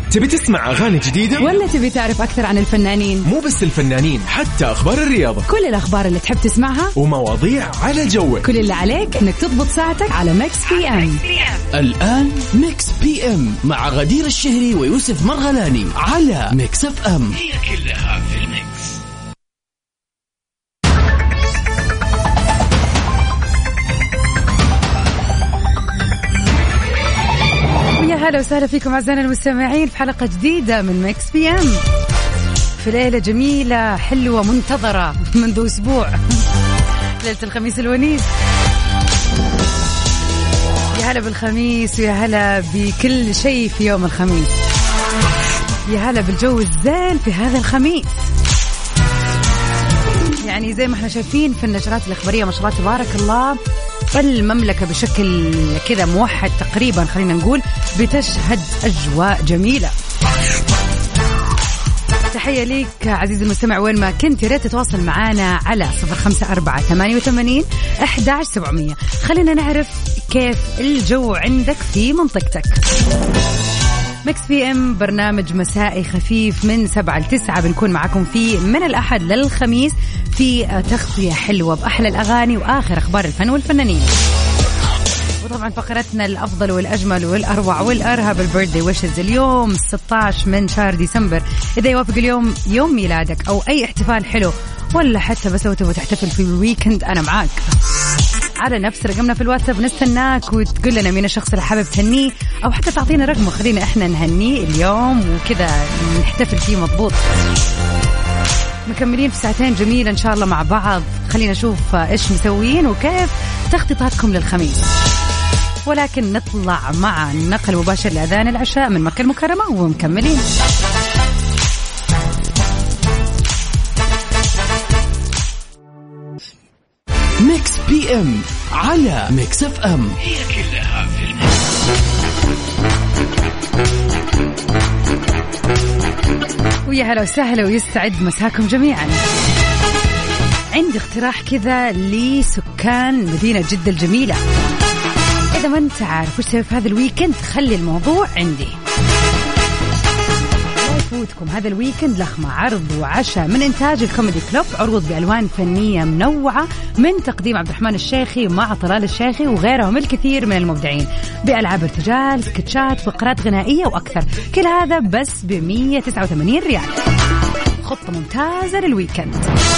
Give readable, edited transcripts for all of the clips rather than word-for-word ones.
تبي تسمع أغاني جديدة ولا تبي تعرف أكثر عن الفنانين؟ مو بس الفنانين، حتى أخبار الرياضة، كل الأخبار اللي تحب تسمعها ومواضيع على جوك. كل اللي عليك إنك تضبط ساعتك على ميكس بي ام. الآن ميكس بي ام مع غدير الشهري ويوسف مرغلاني على ميكس اف ام. هي كلها في الميكس. يا هلا وسهلا فيكم أعزائنا المستمعين في حلقة جديدة من ميكس بي ام في ليلة جميلة حلوة منتظرة منذ أسبوع، ليلة الخميس الونيس. يا هلا بالخميس ويا هلا بكل شيء في يوم الخميس، يا هلا بالجو الزين في هذا الخميس. يعني زي ما احنا شايفين في النشرات الإخبارية ما شاء الله تبارك الله المملكة بشكل كذا موحد تقريبا، خلينا نقول بتشهد أجواء جميلة. تحية ليك عزيزي المستمع وين ما كنت، يا ريت تتواصل معنا على 0548811700. خلينا نعرف كيف الجو عندك في منطقتك. ميكس بي ام برنامج مسائي خفيف من 7 ل 9 بنكون معكم فيه من الأحد للخميس في تغطية حلوة بأحلى الأغاني وآخر أخبار الفن والفنانين. وطبعا فقرتنا الأفضل والأجمل والأروع والأرهب البيرثدي ويشز اليوم 16 من شهر ديسمبر. إذا يوافق اليوم يوم ميلادك أو أي احتفال حلو ولا حتى بس تبغى تحتفل في الويكند أنا معاك. على نفس رقمنا في الواتساب نستناك وتقول لنا مين الشخص اللي حابب تهنيه أو حتى تعطينا رقمه خلينا إحنا نهنيه اليوم وكذا نحتفل فيه مضبوط. مكملين في ساعتين جميلة إن شاء الله مع بعض. خلينا نشوف إيش مسوين وكيف تخطيطاتكم للخميس، ولكن نطلع مع النقل مباشر لأذان العشاء من مكة المكرمة ومكملين. ميكس بي ام على ميكس اف ام. هي كلها في الميكس. ويا هلا وسهلا ويستعد مساكم جميعا. عندي اقتراح كذا لسكان مدينة جدة الجميلة، إذا ما أنت عارف وش تسوي في هذا الويكند خلي الموضوع عندي. لا يفوتكم هذا الويكند لخمة عرض وعشاء من إنتاج الكوميدي كلوب، عروض بألوان فنية منوعة من تقديم عبد الرحمن الشيخي مع طلال الشيخي وغيرهم الكثير من المبدعين، بألعاب ارتجال، سكتشات، فقرات غنائية وأكثر. كل هذا بس ب189 ريال. خطة ممتازة للويكند.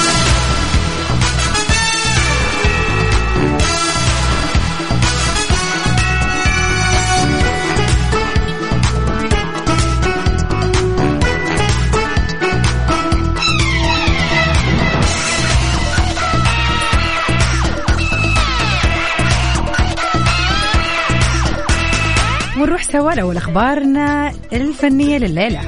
ونروح سوا لأول أخبارنا الفنية لليلة.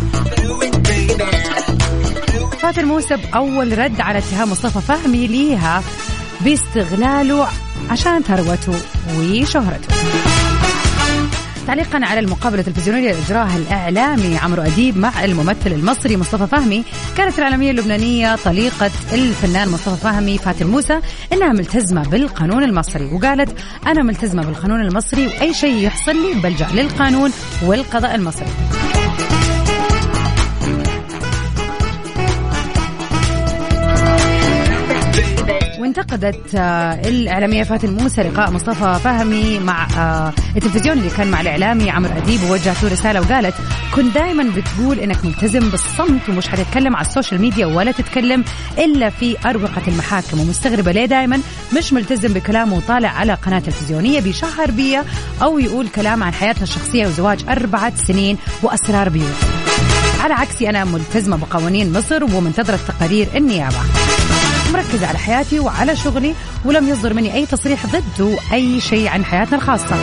فاتن موسى بأول رد على اتهام مصطفى فهمي ليها باستغلاله عشان ثروته وشهرته. تعليقا على المقابلة التلفزيونية اللي أجراها الإعلامي عمرو أديب مع الممثل المصري مصطفى فهمي، كانت الإعلامية اللبنانية طليقة الفنان مصطفى فهمي فاتن موسى إنها ملتزمة بالقانون المصري، وقالت أنا ملتزمة بالقانون المصري وأي شيء يحصل لي بلجأ للقانون والقضاء المصري. وانتقدت الإعلامية فاتن موسى لقاء مصطفى فهمي مع التلفزيون اللي كان مع الإعلامي عمرو أديب، ووجهت رسالة وقالت كنت دائما بتقول إنك ملتزم بالصمت ومش هتتكلم على السوشيال ميديا ولا تتكلم إلا في أروقة المحاكم، ومستغربة ليه دائما مش ملتزم بكلامه وطالع على قناة تلفزيونية بيشهر بيا أو يقول كلام عن حياتنا الشخصية وزواج 4 سنين وأسرار بيوت. على عكسي أنا ملتزمة بقوانين مصر ومنتظرة تقارير النيابة، مركزة على حياتي وعلى شغلي، ولم يصدر مني أي تصريح ضده أي شيء عن حياتنا الخاصة.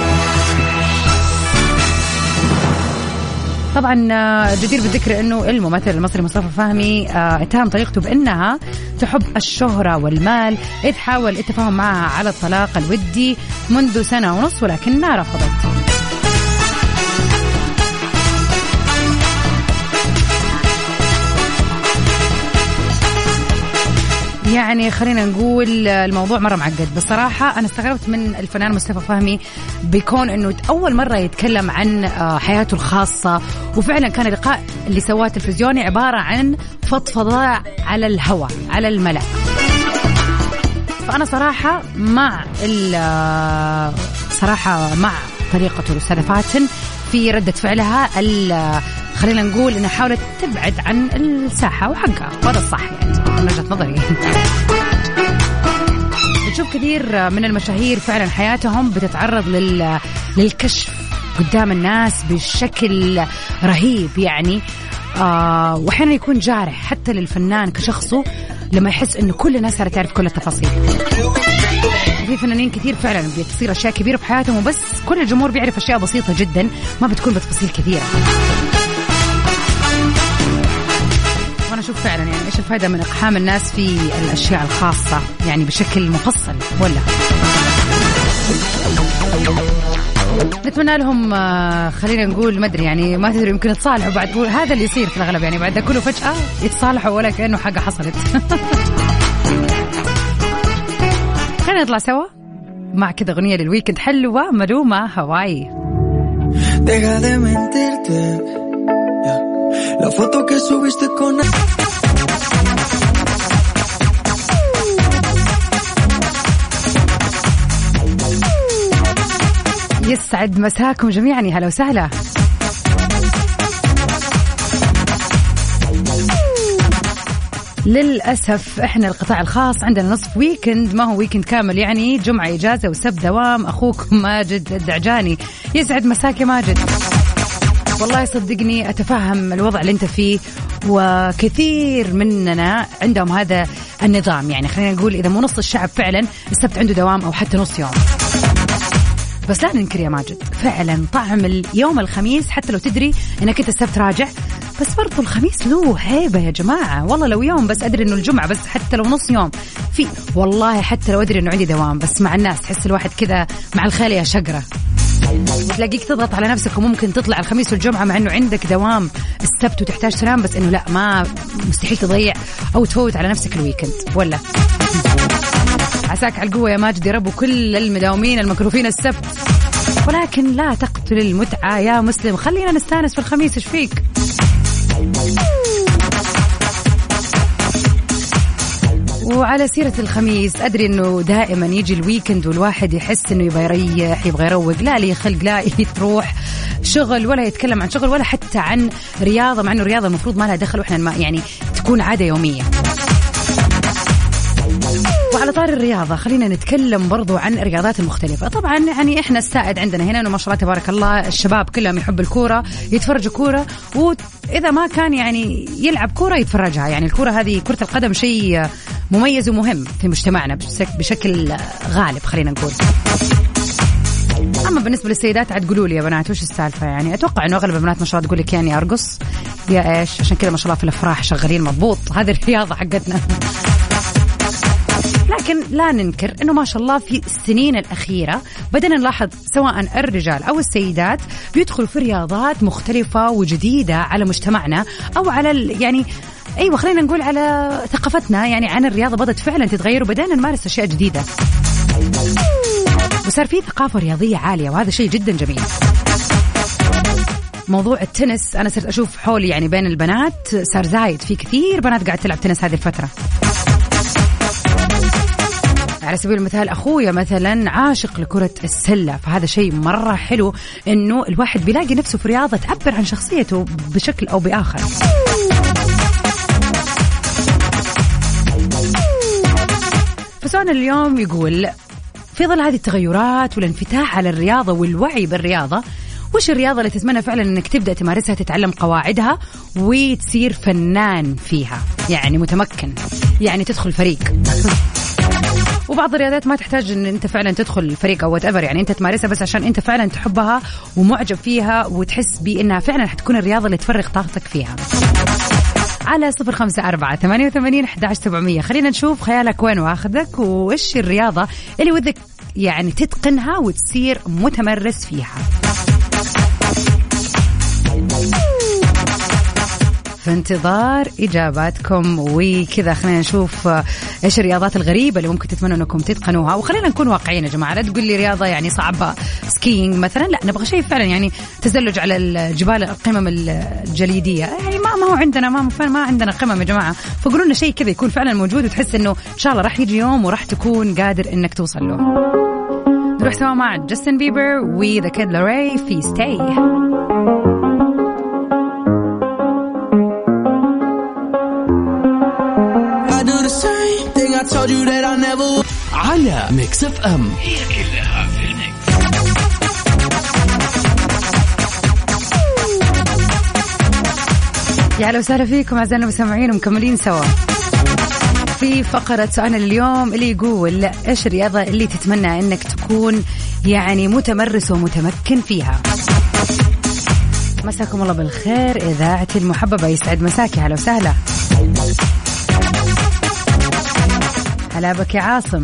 طبعا جدير بالذكر أنه الممثل المصري مصطفى فهمي اتهم طريقته بأنها تحب الشهرة والمال، إذ حاول التفاهم معها على الطلاق الودي منذ 1.5 سنة ولكنها رفضت. يعني خلينا نقول الموضوع مرة معقد بصراحة. أنا استغربت من الفنان مصطفى فهمي بيكون أنه أول مرة يتكلم عن حياته الخاصة، وفعلا كان اللقاء اللي سواه تلفزيوني عبارة عن فضفضة على الهواء على الملأ. فأنا صراحة مع طريقة الأستاذة فاتن في ردة فعلها. خلينا نقول إنها حاولت تبعد عن الساحة وحقها، وهذا الصح يعني من وجهة نظري. بتشوف كثير من المشاهير فعلا حياتهم بتتعرض للكشف قدام الناس بشكل رهيب يعني، وأحيانا يكون جارح حتى للفنان كشخصه لما يحس إنه كل الناس صارت تعرف كل التفاصيل. في فنانين كثير فعلا بتصير أشياء كبيرة في حياتهم وبس كل الجمهور بيعرف أشياء بسيطة جدا ما بتكون بتفاصيل كثيرة. وأنا أشوف فعلا يعني إيش الفائدة من إقحام الناس في الأشياء الخاصة يعني بشكل مفصل، ولا نتمنى لهم خلينا نقول ما أدري يعني ما تدري يمكن يتصالحوا بعد. هذا اللي يصير في الأغلب يعني بعد كله فجأة يتصالحوا ولا كأنه حاجة حصلت. خلينا نطلع سوا مع كذا أغنية للويكند حلوة ملومة هواي. Deja de mentirte. La foto que subiste con يسعد مساكم جميعا، هلا وسهلا. للأسف إحنا القطاع الخاص عندنا نصف ويكند، ما هو ويكند كامل يعني، جمعة إجازة وسبت دوام. أخوكم ماجد الدعجاني. يسعد مساك يا ماجد. والله صدقني أتفهم الوضع اللي أنت فيه، وكثير مننا عندهم هذا النظام يعني. خلينا نقول إذا مو نص الشعب فعلا السبت عنده دوام أو حتى نص يوم. بس لا ننكر يا ماجد فعلا طعم اليوم الخميس، حتى لو تدري انك انت السبت راجع، بس برضو الخميس له هيبة يا جماعة. والله لو يوم بس أدري إنه الجمعة، بس حتى لو نص يوم في، والله حتى لو أدري إنه عندي دوام، بس مع الناس تحس الواحد كذا مع الخالي يا شقرة، وتلاقيك تضغط على نفسك وممكن تطلع الخميس والجمعة مع إنه عندك دوام السبت وتحتاج تنام، بس إنه لا، ما مستحيل تضيع أو تفوت على نفسك الويكند. ولا عساك على القوة يا ماجد يا رب، وكل المداومين المكروفين السبت. ولكن لا تقتل المتعة يا مسلم، خلينا نستانس في الخميس. ايش فيك؟ وعلى سيرة الخميس، أدري أنه دائما يجي الويكند والواحد يحس أنه يبغى يريح يبغى يروق، لا لي خلق لا تروح شغل ولا يتكلم عن شغل ولا حتى عن رياضة، مع أنه الرياضة المفروض ما لها دخل وإحنا يعني تكون عادة يومية. وعلى طار الرياضة خلينا نتكلم برضو عن الرياضات المختلفة. طبعا يعني إحنا السائد عندنا هنا أنه ما شاء الله تبارك الله الشباب كلهم يحب الكورة، يتفرجوا كورة، وإذا ما كان يعني يلعب كورة يتفرجها. يعني الكورة هذه كرة القدم شيء مميز ومهم في مجتمعنا بشكل غالب خلينا نقول. أما بالنسبة للسيدات عاد قولوا لي يا بنات وش السالفة؟ يعني أتوقع إنه أغلب البنات ما شاء الله تقول لك يعني أرقص يا إيش، عشان كذا ما شاء الله في الأفراح شغالين مضبوط، هذه الرياضة حقتنا. لكن لا ننكر أنه ما شاء الله في السنين الأخيرة بدنا نلاحظ سواء الرجال أو السيدات بيدخلوا في رياضات مختلفة وجديدة على مجتمعنا أو على يعني أيوة خلينا نقول على ثقافتنا يعني عن الرياضة، بدأت فعلا تتغير وبدأنا نمارس أشياء جديدة وصار في ثقافة رياضية عالية، وهذا شيء جدا جميل. موضوع التنس أنا صرت أشوف حولي يعني بين البنات صار زايد، في كثير بنات قاعد تلعب تنس هذه الفترة. على سبيل المثال أخويا مثلا عاشق لكرة السلة، فهذا شيء مرة حلو إنه الواحد بيلاقي نفسه في رياضة تعبر عن شخصيته بشكل أو بآخر. فسؤالنا اليوم يقول في ظل هذه التغيرات والانفتاح على الرياضة والوعي بالرياضة، وش الرياضة اللي تتمنى فعلا انك تبدأ تمارسها، تتعلم قواعدها وتصير فنان فيها، يعني متمكن، يعني تدخل فريق. وبعض الرياضات ما تحتاج ان انت فعلا تدخل فريق او whatever، يعني انت تمارسها بس عشان انت فعلا تحبها ومعجب فيها وتحس بانها فعلا حتكون الرياضة اللي تفرغ طاقتك فيها. على 0548811700 خلينا نشوف خيالك وين واخذك، وإيش الرياضة اللي ودك يعني تتقنها وتصير متمرس فيها. في انتظار إجاباتكم. وكذا خلينا نشوف إيش الرياضات الغريبة اللي ممكن تتمنوا أنكم تتقنوها. وخلينا نكون واقعيين يا جماعة، لا تقول لي رياضة يعني صعبة سكينج مثلا، لا نبغى شيء فعلا يعني تزلج على الجبال القمم الجليدية. يعني ما هو عندنا ما عندنا قمم يا جماعة، فقولوا لنا شيء كذا يكون فعلا موجود وتحس إنه إن شاء الله راح يجي يوم وراح تكون قادر إنك توصل له. نروح سوا مع جاستن بيبر وذا كيد لاري في ستاي. على ميكس اف ام، هي كلها في الميكس. يا هلا وسهلا فيكم أعزائنا المستمعين ومكملين سوا في فقرة سؤالنا اليوم اللي يقول إيش الرياضة اللي تتمنى إنك تكون يعني متمرس ومتمكن فيها. مساكم الله بالخير إذاعتي المحببة، يسعد مساكي. هلا وسهلا. هلا بك يا عاصم.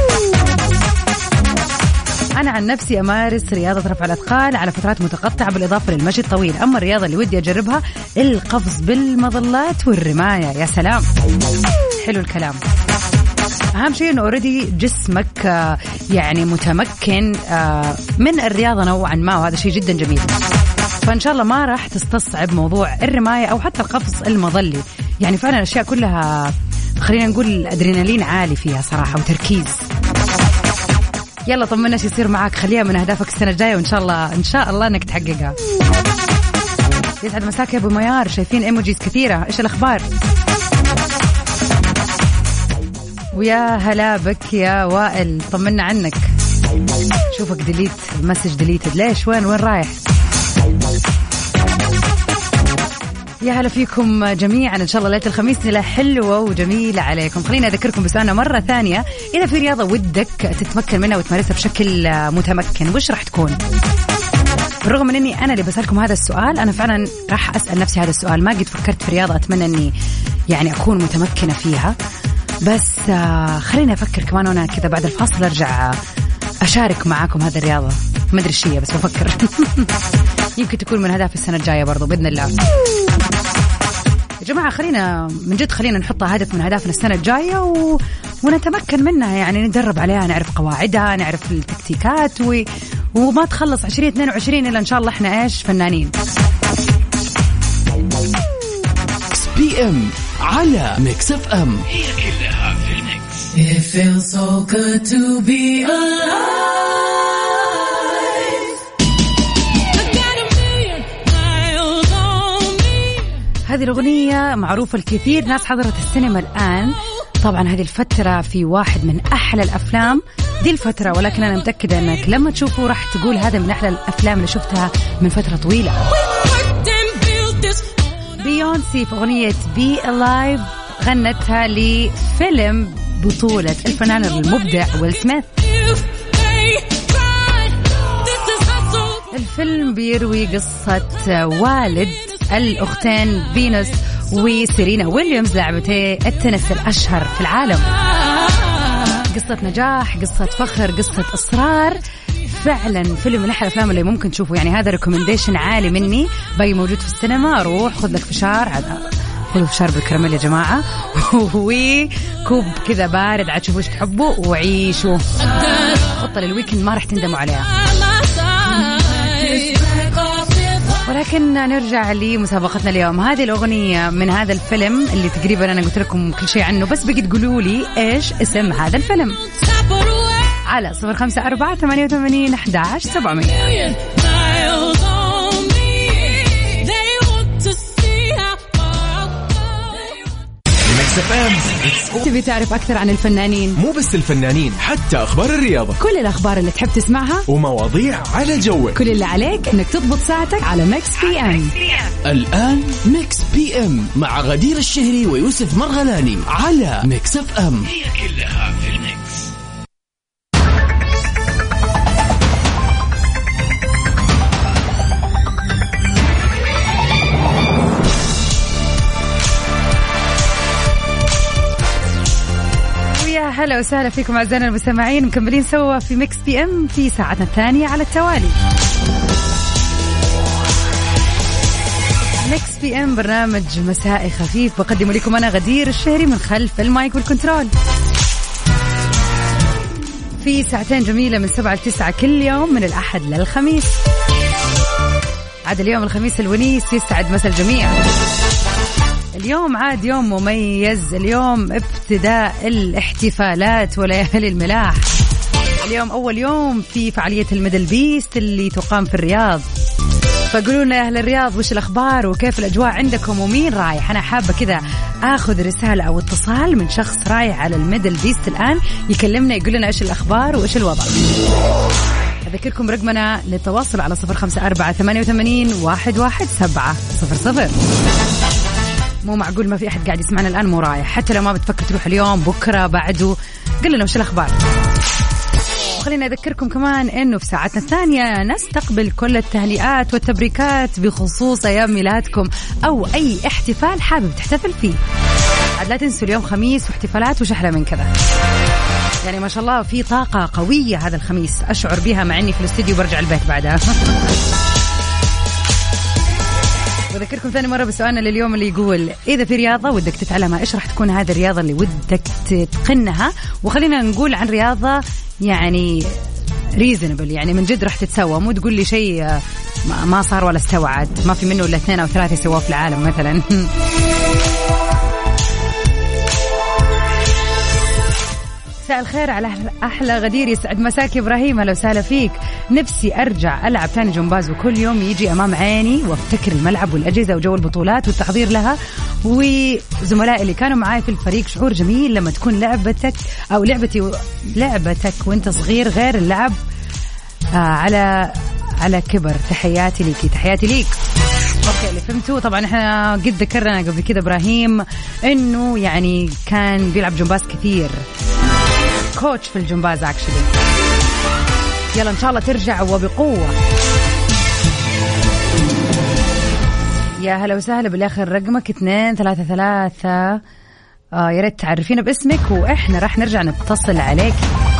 أنا عن نفسي أمارس رياضة رفع الأثقال على فترات متقطعة بالإضافة للمشي الطويل. أما الرياضة اللي ودي أجربها القفز بالمظلات والرماية. يا سلام، حلو الكلام. أهم شيء أنه أوريدي جسمك يعني متمكن من الرياضة نوعا ما، وهذا شيء جدا جميل. فإن شاء الله ما راح تستصعب موضوع الرماية أو حتى القفز المظلي. يعني فعلا الأشياء كلها خلينا نقول الأدرينالين عالي فيها صراحة وتركيز. يلا طمنا ايش يصير معاك، خليها من أهدافك السنة الجاية وإن شاء الله إنك تحققها. يسعد مساك يا أبو ميار، شايفين إيموجيز كثيرة، إيش الأخبار؟ ويا هلا بك يا وائل، طمنا عنك. شوفك ديليت المسج ديليتد، ليش وين رايح؟ يا هلا فيكم جميعا، إن شاء الله ليلة الخميس ليلة حلوة وجميلة عليكم. خلينا أذكركم بسؤالنا مرة ثانية، إذا في رياضة ودك تتمكن منها وتمارسها بشكل متمكن وش راح تكون؟ بالرغم من أني أنا اللي بسألكم هذا السؤال، أنا فعلا راح أسأل نفسي هذا السؤال. ما قد فكرت في رياضة أتمنى أني يعني أكون متمكنة فيها، بس خلينا أفكر كمان وأنا كذا بعد الفاصل أرجع أشارك معاكم هذه الرياضة. ما أدري الشيء بس بفكر يمكن تكون من هدف السنة الجاية برضو بإذن الله. يا جماعة خلينا من جد خلينا نحطها هدف من أهدافنا السنة الجاية ونتمكن منها، يعني ندرب عليها، نعرف قواعدها، نعرف التكتيكات وما تخلص 2022 إلا إن شاء الله إحنا إيش فنانين. بي ام على ميكس اف ام، هي كلها في الميكس. It feels so good to be alive. I got a million miles on me. هذه الأغنية معروفة الكثير، ناس حضرت السينما الآن. طبعا هذه الفترة في واحد من أحلى الأفلام دي الفترة، ولكن أنا متأكدة أنك لما تشوفه راح تقول هذا من أحلى الأفلام اللي شفتها من فترة طويلة. بيونسي في أغنية بي ألايف غنتها لفيلم بطولة الفنان المبدع ويل سميث. الفيلم بيروي قصة والد الأختين فينوس وسيرينا ويليامز، لاعبتي التنس الأشهر في العالم. قصة نجاح، قصة فخر، قصة إصرار. فعلا فيلم من أحلى الأفلام اللي ممكن تشوفه. يعني هذا ريكومنديشن عالي مني، باقي موجود في السينما. روح خذ لك فشار، خذوا فشار بالكراميل يا جماعة وكوب كذا بارد، عاد شوفوا ايش تحبوا وعيشوا. خطة للويكند ما راح تندموا عليها. ولكن نرجع لمسابقتنا اليوم. هذه الأغنية من هذا الفيلم اللي تقريبا أنا قلت لكم كل شيء عنه، بس بقيت تقولوا لي إيش اسم هذا الفيلم على 0548811700. تبي تعرف أكثر عن الفنانين؟ مو بس الفنانين، حتى أخبار الرياضة، كل الأخبار اللي تحب تسمعها ومواضيع على جوك. كل اللي عليك إنك تضبط ساعتك على ميكس بي ام. الآن ميكس بي ام مع غدير الشهري ويوسف مرغلاني على ميكس اف ام، هي كلها في الميكس. هلا وسهلا فيكم أعزائنا المستمعين، مكملين سوا في ميكس بي ام في ساعتنا الثانية على التوالي. ميكس بي ام برنامج مسائي خفيف بقدم لكم أنا غدير الشهري من خلف المايك والكنترول في ساعتين جميلة من 7 ل 9 كل يوم من الأحد للخميس. عاد اليوم الخميس الونيس يسعد مسا الجميع. اليوم عاد يوم مميز، اليوم ابتداء الاحتفالات وليالي الملاح. اليوم أول يوم في فعالية الميدل بيست اللي تقام في الرياض. فقولوا لنا يا أهل الرياض وش الأخبار وكيف الأجواء عندكم ومين رايح. أنا حابة كذا أخذ رسالة أو اتصال من شخص رايح على الميدل بيست الآن يكلمنا يقول لنا إيش الأخبار وإيش الوضع. أذكركم رقمنا للتواصل على 0548811700. مو معقول ما في أحد قاعد يسمعنا الآن مو رايح، حتى لو ما بتفكر تروح اليوم بكرة بعده قل لنا وش الأخبار. وخلينا أذكركم كمان إنه في ساعتنا الثانية نستقبل كل التهنئات والتبريكات بخصوص أيام ميلادكم أو أي احتفال حابب تحتفل فيه. عاد لا تنسوا اليوم خميس واحتفالات وش أحلى من كذا. يعني ما شاء الله في طاقة قوية هذا الخميس أشعر بها مع إني في الاستديو برجع البيت بعدها. وذكركم ثاني مرة بسؤالنا لليوم اللي يقول إذا في رياضة ودك تتعلمها إيش راح تكون هذه الرياضة اللي ودك تتقنها. وخلينا نقول عن رياضة يعني ريزنبل، يعني من جد راح تتسوى، مو تقول لي شيء ما صار ولا استوعد، ما في منه إلا 2 أو 3 سواه في العالم مثلا. مساء الخير على أحلى غدير، يسعد مساك إبراهيم، هلا وسهلا فيك. نفسي أرجع ألعب ثاني جمباز وكل يوم يجي أمام عيني وافتكر الملعب والأجهزة وجو البطولات والتحضير لها وزملائي اللي كانوا معاي في الفريق. شعور جميل لما تكون لعبتك أو لعبتك وانت صغير غير اللعب على كبر. تحياتي ليكي. تحياتي ليك. اوكي اللي فهمتوا طبعا احنا قد ذكرنا قبل كده ابراهيم انه يعني كان بيلعب جمباز كثير، كوتش في الجمباز اكشلي. يلا ان شاء الله ترجع وبقوة. يا هلا وسهلا بالاخر رقمك 233. يا ريت تعرفينا باسمك واحنا راح نرجع نتصل عليك.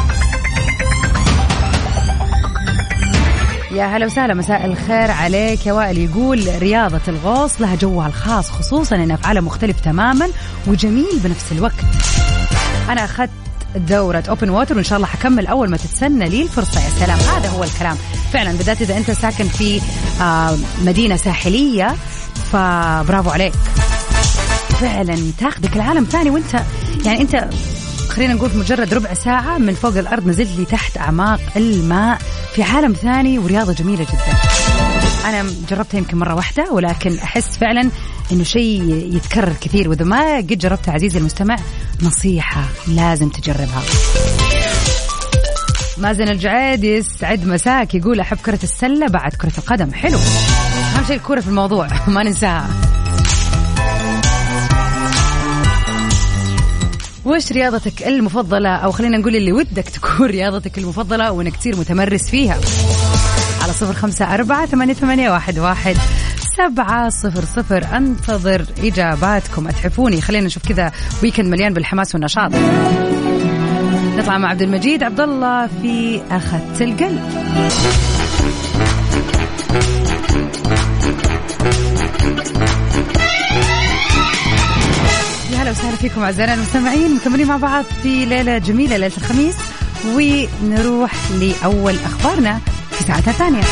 يا هلا وسهلا مساء الخير عليك يا وائل. يقول رياضة الغوص لها جوها الخاص خصوصا انها في عالم مختلف تماما وجميل بنفس الوقت. انا اخذت دورة اوبن ووتر وان شاء الله حكمل اول ما تتسنى لي الفرصة. يا سلام هذا هو الكلام فعلا، بالذات اذا انت ساكن في مدينة ساحلية فبرافو عليك فعلا، تاخدك العالم ثاني وانت يعني انت خلينا نقول في مجرد ربع ساعة من فوق الأرض نزلت لي تحت أعماق الماء في عالم ثاني ورياضة جميلة جدا. أنا جربتها يمكن مرة واحدة ولكن أحس فعلا إنه شيء يتكرر كثير، وإذا ما قد جربتها عزيزي المستمع نصيحة لازم تجربها. مازن الجعيد يسعد مساك، يقول أحب كرة السلة بعد كرة القدم. حلو، أهم شيء الكرة في الموضوع ما ننساها. وش رياضتك المفضلة أو خلينا نقول اللي ودك تكون رياضتك المفضلة وإنك كتير متمرس فيها؟ على 0548811700 أنتظر إجاباتكم. أتحفوني، خلينا نشوف كذا ويكند مليان بالحماس والنشاط. نطلع مع عبد المجيد عبد الله في أخذت القلب. هلا وسهلا فيكم أعزائنا المستمعين، مكملين مع بعض في ليلة جميلة ليلة الخميس، ونروح لأول أخبارنا في ساعتها الثانية.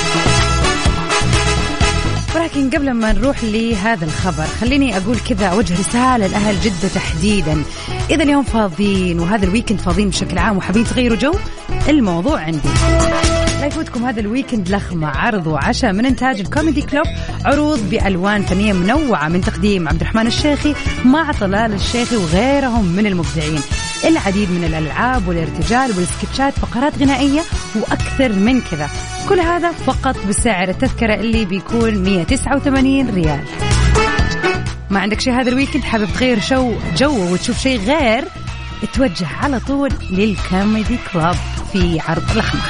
ولكن قبل ما نروح لهذا الخبر خليني أقول كذا، أوجه رسالة لأهل جدة تحديدا. إذا اليوم فاضيين وهذا الويكند فاضيين بشكل عام وحابين تغيروا جو، الموضوع عندي. لا يفوتكم هذا الويكند لخمة عرض وعشاء من إنتاج الكوميدي كلوب، عروض بألوان فنية منوعة من تقديم عبد الرحمن الشيخي مع طلال الشيخي وغيرهم من المبدعين. العديد من الألعاب والارتجال والسكتشات، فقرات غنائية وأكثر من كذا. كل هذا فقط بسعر التذكرة اللي بيكون 189 ريال. ما عندك شيء هذا الويكند حابب تغير جو وتشوف شيء غير، اتوجه على طول للكوميدي كلوب في عرض لخمة.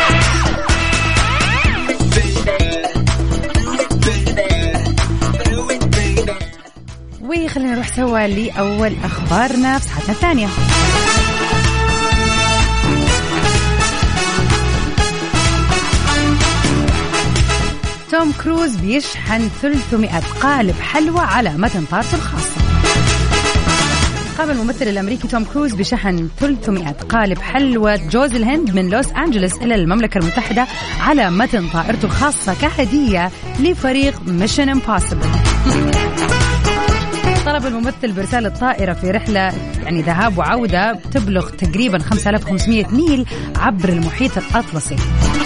وخلينا نروح سوا لأول أخبارنا في ساعتنا الثانية. توم كروز بيشحن 300 قالب حلوى على متن طارته الخاصة. قام الممثل الأمريكي توم كروز بشحن 300 قالب حلوى جوز الهند من لوس أنجلوس إلى المملكة المتحدة على متن طائرته الخاصة كهدية لفريق ميشن امبوسيبل. طلب الممثل برسالة طائرة في رحلة يعني ذهاب وعودة تبلغ تقريبا 5500 ميل عبر المحيط الأطلسي.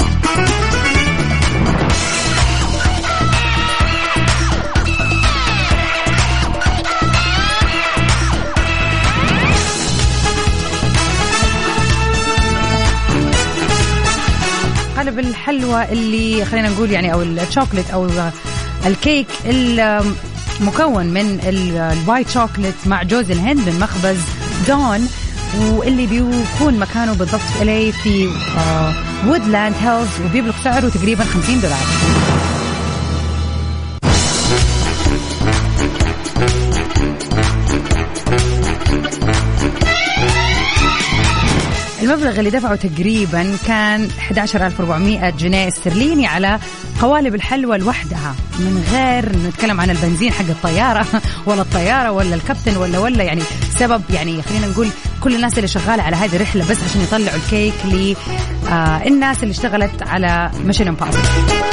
قالب الحلوى اللي خلينا نقول يعني أو الشوكولات أو الكيك مكون من الوايت شوكولات مع جوز الهند من مخبز دون، واللي بيكون مكانه بالضبط في LA في وودلاند هيلز، وبيبلغ سعره تقريبا $50. المبلغ اللي دفعه تقريبا كان 11,400 جنيه استرليني على قوالب الحلوى لوحدها، من غير نتكلم عن البنزين حق الطيارة ولا الطيارة ولا الكابتن ولا يعني سبب يعني خلينا نقول كل الناس اللي شغالة على هذه الرحلة بس عشان يطلعوا الكيك للناس اللي اشتغلت على ميشن امبوسيبل.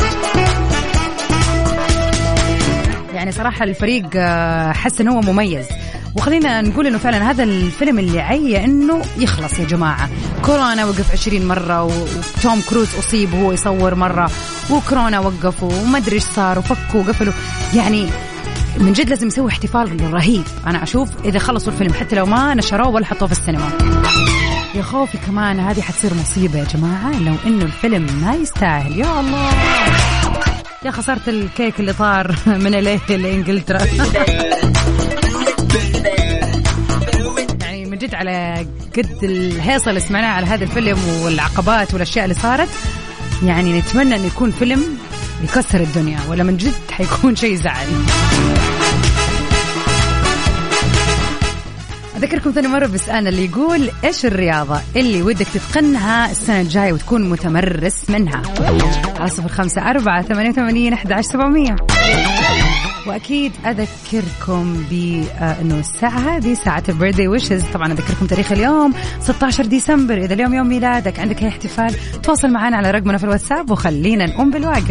يعني صراحة الفريق حس انه هو مميز، وخلينا نقول انه فعلا هذا الفيلم اللي عيه انه يخلص يا جماعة. كورونا وقف 20 مرة، وتوم كروز أصيب وهو يصور مرة، وكورونا وقفوا وما ادري ايش صار وفكوا وقفلوا. يعني من جد لازم يسوي احتفال رهيب. انا اشوف اذا خلصوا الفيلم حتى لو ما نشروه ولا حطوه في السينما. يا خوفي كمان هذه حتصير مصيبة يا جماعة لو انه الفيلم ما يستاهل. يا الله يا خسارة الكيك اللي طار من LA لإنجلترا. يعني من جد على قد الهيصة اللي سمعناها على هذا الفيلم والعقبات والأشياء اللي صارت، يعني نتمنى أن يكون فيلم يكسر الدنيا، ولا من جد حيكون شيء زعل. أذكركم ثاني مرة بسألنا اللي يقول إيش الرياضة اللي ودك تتقنها السنة الجاية وتكون متمرس منها على 0548811700. وأكيد أذكركم بأنه الساعة هذه ساعة البيرثدي ويشز. طبعا أذكركم تاريخ اليوم 16 ديسمبر. إذا اليوم يوم ميلادك عندك أي احتفال تواصل معنا على رقمنا في الواتساب وخلينا نقوم بالواجب.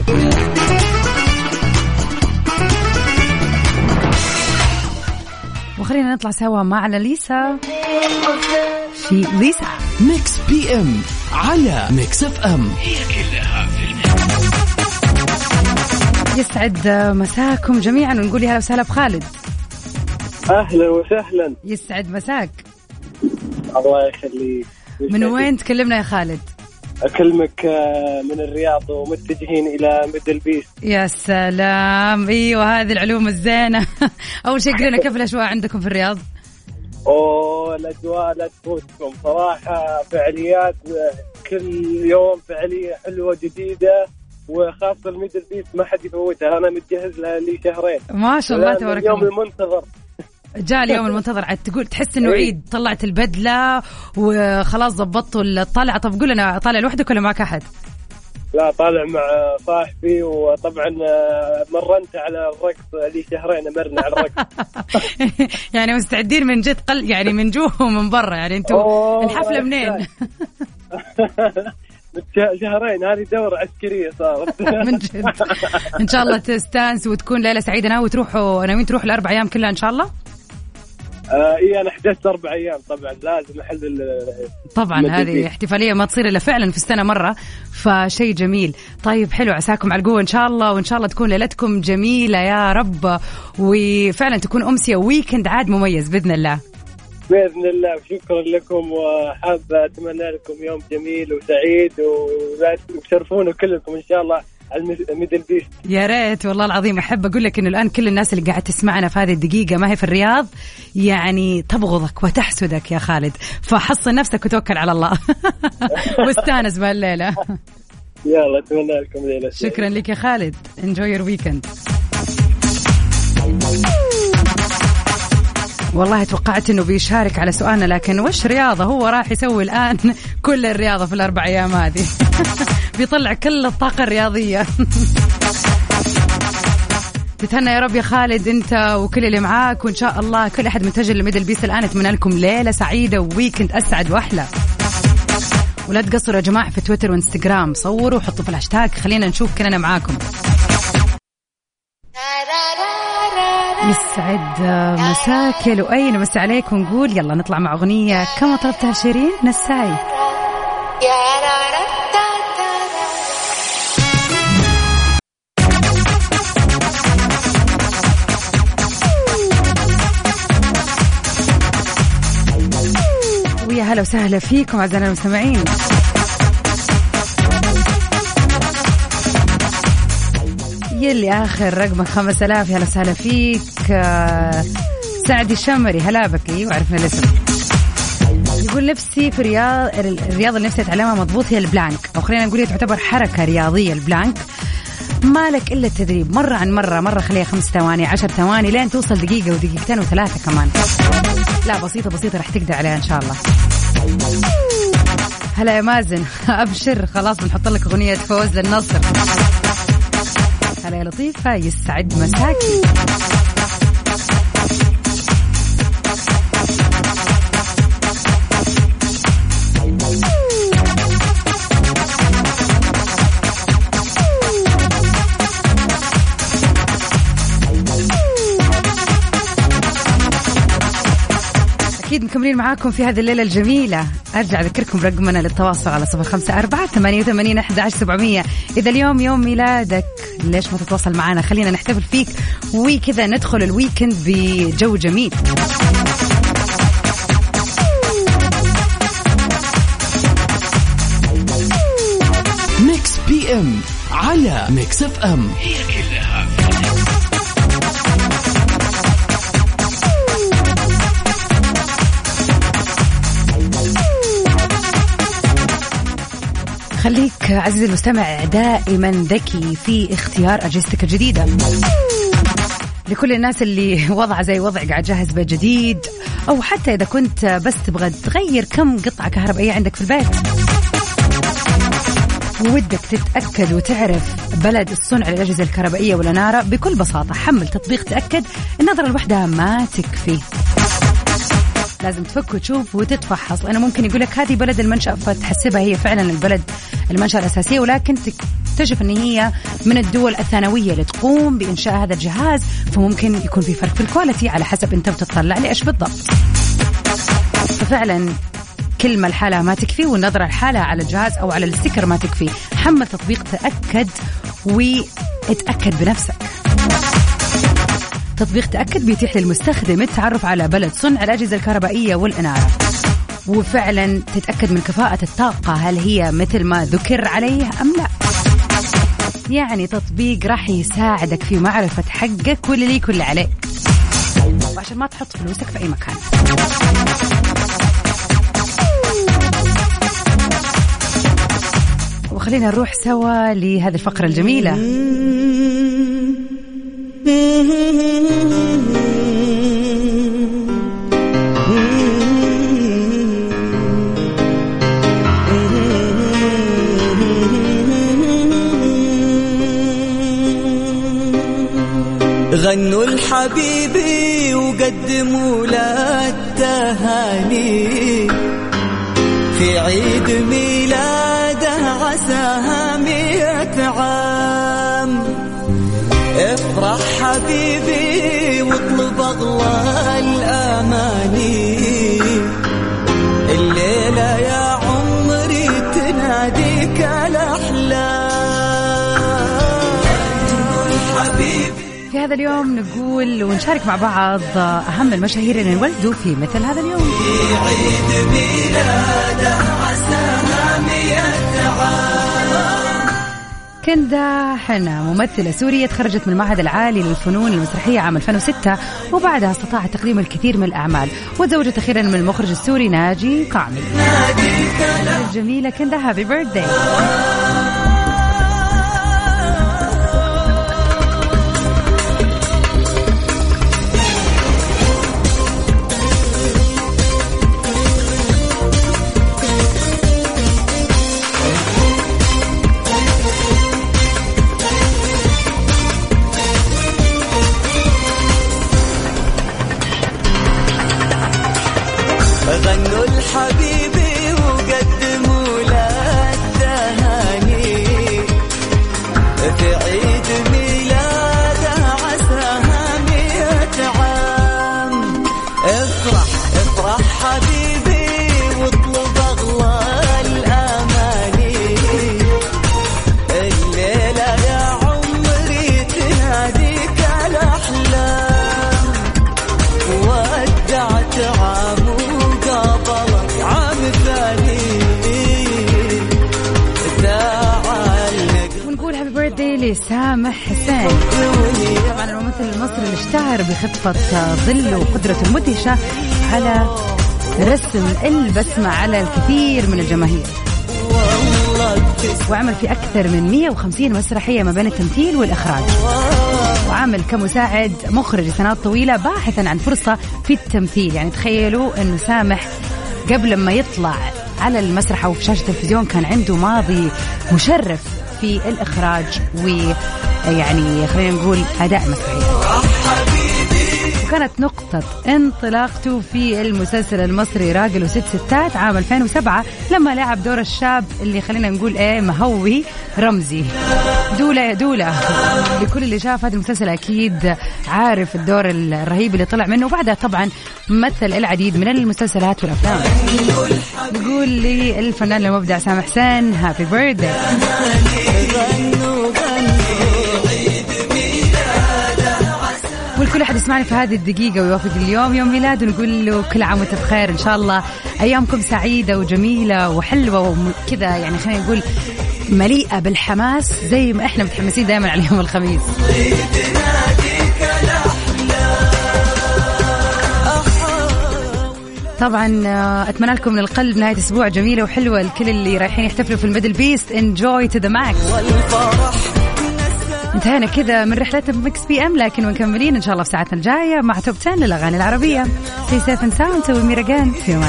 وخلينا نطلع سوا مع ليسا في ليسا ميكس بي ام على ميكس اف ام. هي كلها في الميكس. يسعد مساكم جميعا ونقول يا هلا وسهلا بخالد. أهلا وسهلا. يسعد مساك. الله يخليك. من وين تكلمنا يا خالد؟ أكلمك من الرياض ومتجهين إلى ميدل بيست. يا سلام. ايوه هذه العلوم الزينة. أول شيء قلنا كيف الأجواء عندكم في الرياض؟ الأجواء لا تفوتكم صراحة، فعاليات كل يوم فعالية حلوة جديدة، وخاصة الميدل بيست ما حد يفوتها. أنا متجهز لها لي شهرين ما شاء الله تبارك الله. اليوم المنتظر جاء اليوم المنتظر. عاد تقول تحس انه عيد، طلعت البدله وخلاص ضبطوا الطلعه. طب قول انا طالع لوحدك ولا معك احد؟ لا طالع مع صاحبي، وطبعا مرنت على الرقص لي شهرين، مرنا على الرقص. يعني مستعدين من جد يعني من جوا ومن برا. يعني انتوا الحفله منين؟ شهرين، هذه دورة عسكرية صارت. من جد إن شاء الله تستانس وتكون ليلة سعيدة. ناوي تروحوا ناويين تروحوا ال4 أيام كلها إن شاء الله؟ إيه أنا حجزت 4 أيام طبعا، لازم أحل طبعا. هذه احتفالية ما تصير إلا فعلا في السنة مرة، فشيء جميل. طيب حلو، عساكم على القوة إن شاء الله، وإن شاء الله تكون ليلتكم جميلة يا رب، وفعلا تكون أمسية ويكند عاد مميز بإذن الله. بإذن الله، وشكرا لكم، وحاب أتمنى لكم يوم جميل وسعيد، وتشرفونا كلكم إن شاء الله على الميدل بيست. يا ريت والله العظيم. أحب أقول لك إنه الآن كل الناس اللي قاعد تسمعنا في هذه الدقيقة ما هي في الرياض يعني تبغضك وتحسدك يا خالد، فحصن نفسك وتوكل على الله. واستانس بهالليلة. يلا أتمنى لكم ليلة. شكرا لك يا خالد. enjoy your weekend. والله توقعت انه بيشارك على سؤالنا، لكن وش رياضة هو راح يسوي الآن؟ كل الرياضة في ال4 أيام هذه. بيطلع كل الطاقة الرياضية. تتهنى يا رب يا خالد انت وكل اللي معاك، وان شاء الله كل احد متجه لميدل بيس الان. اتمنى لكم ليله سعيده وويكند اسعد واحلى. ولا تقصروا يا جماعه في تويتر وانستغرام، صوروا وحطوا في الهاشتاج، خلينا نشوف كلنا معاكم. يسعد مساك لؤي، نمسي عليك ونقول يلا نطلع مع أغنية كما طلبتها شيرين نساي. ويا هلا وسهلا فيكم أعزائنا المستمعين. يلي آخر رقمك 5000، يا هلا وسهلا فيك. سعد الشمري هلا بك، ايوه عرفنا الاسم. يقول نفسي في الرياضة اللي نفسي أتعلمها مضبوط هي البلانك، أو خلينا نقول تعتبر حركة رياضية البلانك. مالك إلا التدريب مرة عن مرة خليها 5 ثواني 10 ثواني لين توصل دقيقة ودقيقتين و3 كمان. لا بسيطة رح تقدر عليها إن شاء الله. هلا يا مازن أبشر خلاص بنحط لك أغنية فوز للنصر. هلا يا لطيفة يسعد مساكي. أكيد مكملين معاكم في هذه الليلة الجميلة. أرجع أذكركم رقمنا للتواصل على 0548811700. إذا اليوم يوم ميلادك ليش ما تتواصل معنا، خلينا نحتفل فيك وكذا ندخل الويكند بجو جميل. ميكس بي ام على ميكس اف ام، هي كلها في خليك عزيزي المستمع دائما ذكي في اختيار أجهزتك الجديدة. لكل الناس اللي وضع زي وضع قاعد جاهز بيت جديد، أو حتى إذا كنت بس تبغى تغير كم قطعة كهربائية عندك في البيت وودك تتأكد وتعرف بلد الصنع للأجهزة الكهربائية والأنارة، بكل بساطة حمل تطبيق تأكد. النظرة لوحدها ما تكفي، لازم تفك وتشوف وتتفحص. أنا ممكن يقول لك هذه بلد المنشأ فتحسبها هي فعلا البلد المنشأ الأساسية، ولكن تكتشف أن هي من الدول الثانوية اللي تقوم بإنشاء هذا الجهاز، فممكن يكون في فرق في الكواليتي على حسب أنت بتطلع لإيش بالضبط. ففعلا كلمة الحالة ما تكفي، والنظرة الحالة على الجهاز أو على الستيكر ما تكفي. حمل تطبيق تأكد واتأكد بنفسك. تطبيق تأكد بيتيح للمستخدم التعرف على بلد صنع الأجهزة الكهربائية والإنارة، وفعلا تتأكد من كفاءة الطاقة، هل هي مثل ما ذكر عليه أم لا. يعني تطبيق راح يساعدك في معرفة حقك واللي ليك واللي عليك، وعشان ما تحط فلوسك في أي مكان. وخلينا نروح سوا لهذه الفقرة الجميلة. غنوا الحبيبي وقدموا له التهاني في عيد ميلاده عساها 100 عام. افرح حبيبي واطلب أغلى الأماني، الليلة يا عمري تناديك الأحلام. في هذا اليوم نقول ونشارك مع بعض أهم المشاهير اللي انولدوا في مثل هذا اليوم. في عيد ميلاده عساها 100 عام. كندا حنا ممثلة سورية تخرجت من المعهد العالي للفنون المسرحية عام 2006، وبعدها استطاعت تقديم الكثير من الأعمال، وتزوجت أخيرا من المخرج السوري ناجي قعمي. الجميلة كندا، هابي بيرثداي. حبيبي وقدموا له التهاني في عيد ميلاده عساها 100 عام. افرح افرح حبيبي واطلب أغلى الأماني، الليلة يا عمري تناديك الأحلام. ودعت عام وقابلك عام ثاني، ونقول هابي بيرثدي لسامح حسين. طبعا الممثل المصري اللي اشتهر بخفة ظل وقدرته المدهشة على رسم البسمة على الكثير من الجماهير، وعمل في أكثر من 150 مسرحية ما بين التمثيل والإخراج، وعمل كمساعد مخرج لسنوات طويلة باحثا عن فرصة في التمثيل. يعني تخيلوا أنه سامح قبل ما يطلع على المسرح أو في شاشة التلفزيون كان عنده ماضي مشرف في الإخراج ويعني خلينا نقول أداء مسرحي. وكانت نقطة انطلاقته في المسلسل المصري راجل وست ستات عام 2007 لما لعب دور الشاب اللي خلينا نقول مهوي رمزي. دولة يا دولة، لكل اللي شاف هذا المسلسل أكيد عارف الدور الرهيب اللي طلع منه، وبعدها طبعا مثل العديد من المسلسلات والأفلام. نقول للفنان المبدع سامح حسين هابي بيرثدي. والكل أحد يسمعني في هذه الدقيقة ويوافق اليوم يوم ميلاده نقول له كل عام وانت بخير. إن شاء الله أيامكم سعيدة وجميلة وحلوة وكذا، يعني خلينا نقول مليئة بالحماس زي ما إحنا متحمسين دائما على يوم الخميس. طبعا أتمنى لكم من القلب نهاية أسبوع جميلة وحلوة. الكل اللي رايحين يحتفلوا في الميدل بيست enjoy to the max. انتهينا كذا من رحلة ميكس بي ام، لكن مكملين إن شاء الله في ساعتنا الجاية مع توب 10 للأغاني العربية. Stay safe and sound وميرجان في أمان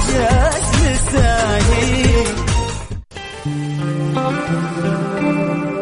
الله.